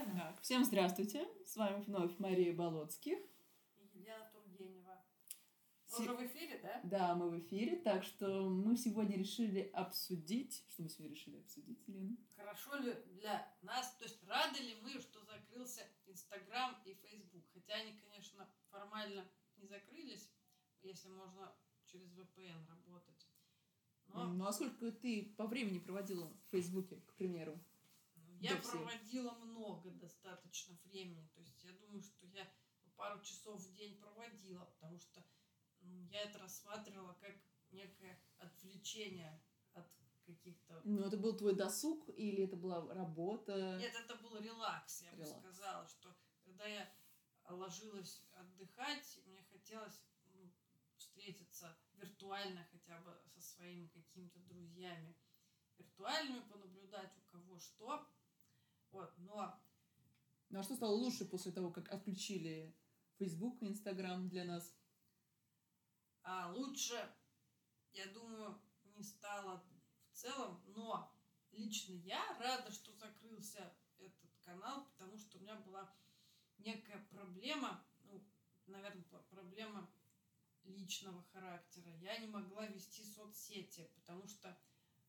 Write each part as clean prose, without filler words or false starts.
Так, всем здравствуйте. С вами вновь Мария Болоцких. И Елена Тургенева. Мы уже в эфире, да? Да, мы в эфире, так что мы сегодня решили обсудить... Что мы сегодня решили обсудить, Лена? Хорошо ли для нас, то есть рады ли мы, что закрылся Инстаграм и Фейсбук? Хотя они, конечно, формально не закрылись, если можно через VPN работать. Но... Ну, а сколько ты по времени проводила в Фейсбуке, к примеру? Я проводила много достаточно времени. То есть я думаю, что я пару часов в день проводила, потому что я это рассматривала как некое отвлечение от каких-то... Ну, это был твой досуг или это была работа? Нет, это был релакс, я бы сказала, что когда я ложилась отдыхать, мне хотелось встретиться виртуально хотя бы со своими какими-то друзьями виртуальными, понаблюдать у кого что. Вот, но... Ну, а что стало лучше после того, как отключили Facebook и Instagram для нас? А лучше, я думаю, не стало в целом, но лично я рада, что закрылся этот канал, потому что у меня была некая проблема, наверное, проблема личного характера. Я не могла вести соцсети, потому что,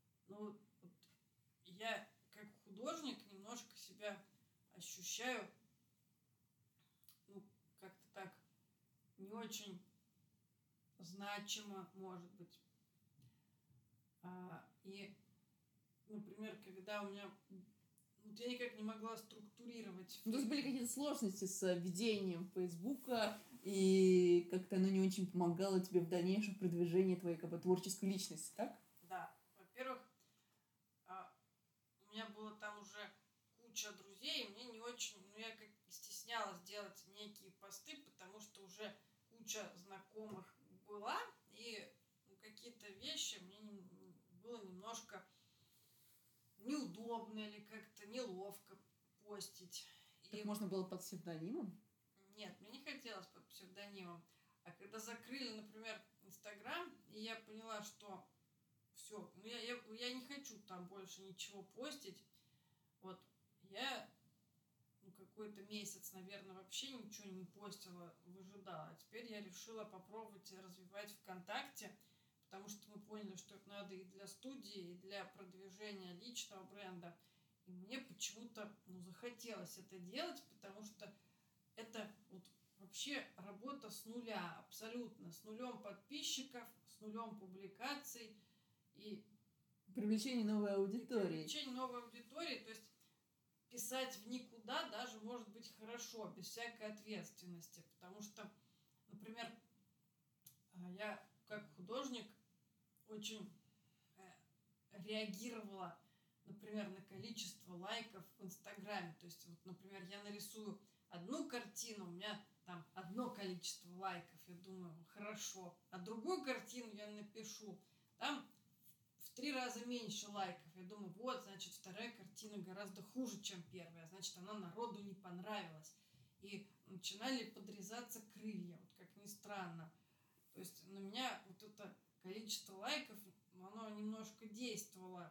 я как художник немножко себя ощущаю, как-то так не очень значимо, может быть. И, например, когда у меня... я никак не могла структурировать... То есть были какие-то сложности с ведением Фейсбука, и как-то оно не очень помогало тебе в дальнейшем продвижении твоей творческой личности, так? Да. Во-первых, у меня было там уже куча друзей, и мне не очень... я как стеснялась делать некие посты, потому что уже куча знакомых была, и какие-то вещи мне было немножко неудобно или как-то неловко постить. Так можно было под псевдонимом? Нет, мне не хотелось под псевдонимом. А когда закрыли, например, Инстаграм, и я поняла, что все, я не хочу там больше ничего постить, вот, я какой-то месяц, наверное, вообще ничего не постила, выжидала. А теперь я решила попробовать развивать ВКонтакте, потому что мы поняли, что это надо и для студии, и для продвижения личного бренда. И мне почему-то захотелось это делать, потому что это вообще работа с нуля, абсолютно. С нулем подписчиков, с нулем публикаций. И привлечение новой аудитории. То есть писать в никуда даже может быть хорошо, без всякой ответственности. Потому что, например, я как художник очень реагировала, например, на количество лайков в Инстаграме. То есть, например, я нарисую одну картину, у меня там одно количество лайков, я думаю, хорошо. А другую картину я напишу, там в 3 раза меньше лайков. Я думаю, значит, вторая картина гораздо хуже, чем первая. Значит, она народу не понравилась. И начинали подрезаться крылья, как ни странно. То есть на меня это количество лайков, оно немножко действовало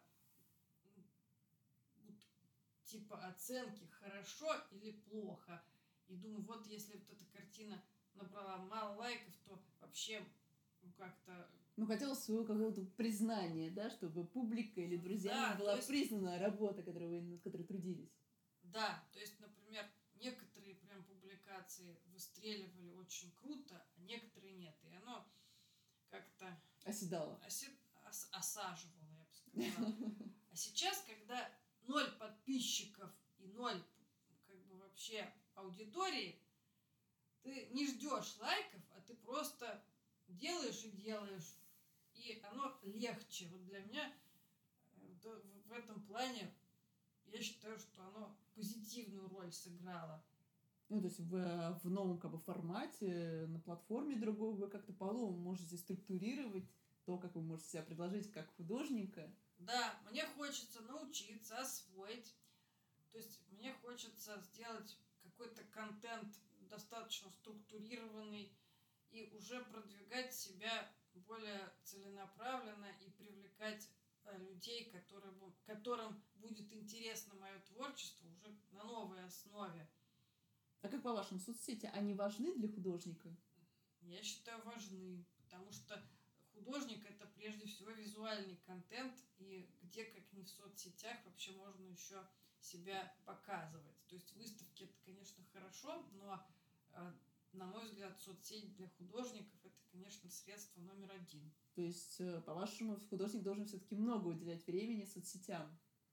типа оценки хорошо или плохо. И думаю, если эта картина набрала мало лайков, то вообще как-то... хотелось своего какого-то признания, да, чтобы публика или друзьями была признана работа, над которой трудились. Да, то есть, например, некоторые прям публикации выстреливали очень круто, а некоторые нет. И оно как-то... Оседало. Осаживало, я бы сказала. А сейчас, когда 0 подписчиков и 0 вообще аудитории, ты не ждешь лайков, а ты просто делаешь и делаешь. И оно легче. Для меня в этом плане я считаю, что оно позитивную роль сыграло. То есть в новом формате, на платформе другой вы как-то по-новому можете структурировать то, как вы можете себя предложить как художника. Да, мне хочется научиться, освоить. То есть мне хочется сделать какой-то контент достаточно структурированный и уже продвигать себя более целенаправленно и привлекать людей, которым будет интересно мое творчество уже на новые основе. А как по-вашему, соцсети, они важны для художника? Я считаю, важны, потому что художник — это прежде всего визуальный контент, и где, как не в соцсетях, вообще можно еще себя показывать. То есть выставки — это, конечно, хорошо, но, на мой взгляд, соцсеть для художников — это, конечно, средство номер один. То есть, по-вашему, художник должен все-таки много уделять времени соцсетям?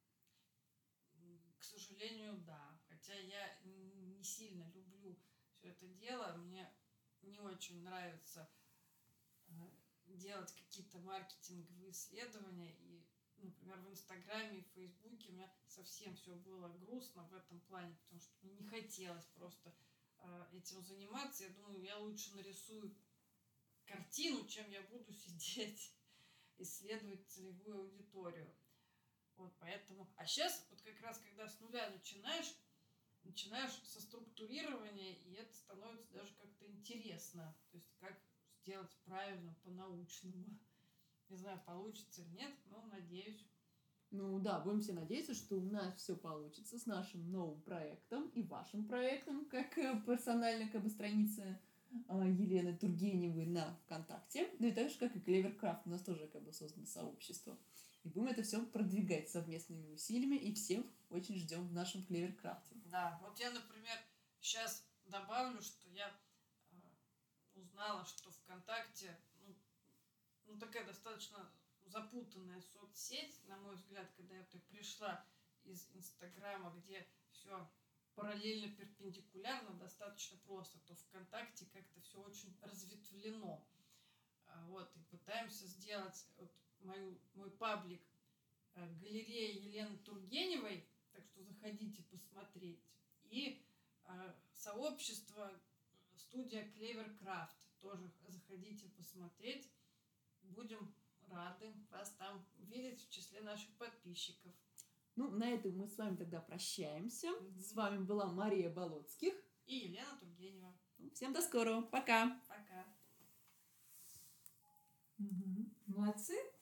К сожалению, да. Хотя я не сильно люблю все это дело. Мне не очень нравится делать какие-то маркетинговые исследования. И, например, в Инстаграме и в Фейсбуке у меня совсем все было грустно в этом плане, потому что мне не хотелось просто этим заниматься. Я думаю, я лучше нарисую картину, чем я буду сидеть, исследовать целевую аудиторию. Вот поэтому. А сейчас, вот как раз, когда с нуля начинаешь со структурирования, и это становится даже как-то интересно. То есть, как сделать правильно, по-научному. Не знаю, получится или нет, но надеюсь. Ну да, будем все надеяться, что у нас все получится с нашим новым проектом и вашим проектом, как персонально как бы страница Елены Тургеневой на ВКонтакте. Ну и так же, как и Clevercraft, у нас тоже как бы создано сообщество. И будем это все продвигать совместными усилиями, и всех очень ждем в нашем Clevercraft. Да, вот я, например, сейчас добавлю, что я узнала, что ВКонтакте, такая достаточно запутанная соцсеть, на мой взгляд, когда я пришла из Инстаграма, где все параллельно, перпендикулярно, достаточно просто, то ВКонтакте как-то все очень разветвлено. Вот, и пытаемся сделать мой паблик галерея Елены Тургеневой, так что заходите посмотреть, и сообщество студия Clevercraft, тоже заходите посмотреть, будем рады вас там видеть в числе наших подписчиков. Ну, на этом мы с вами тогда прощаемся. С вами была Мария Болоцких и Елена Тургенева. Всем до скорого. Пока. Пока. Молодцы.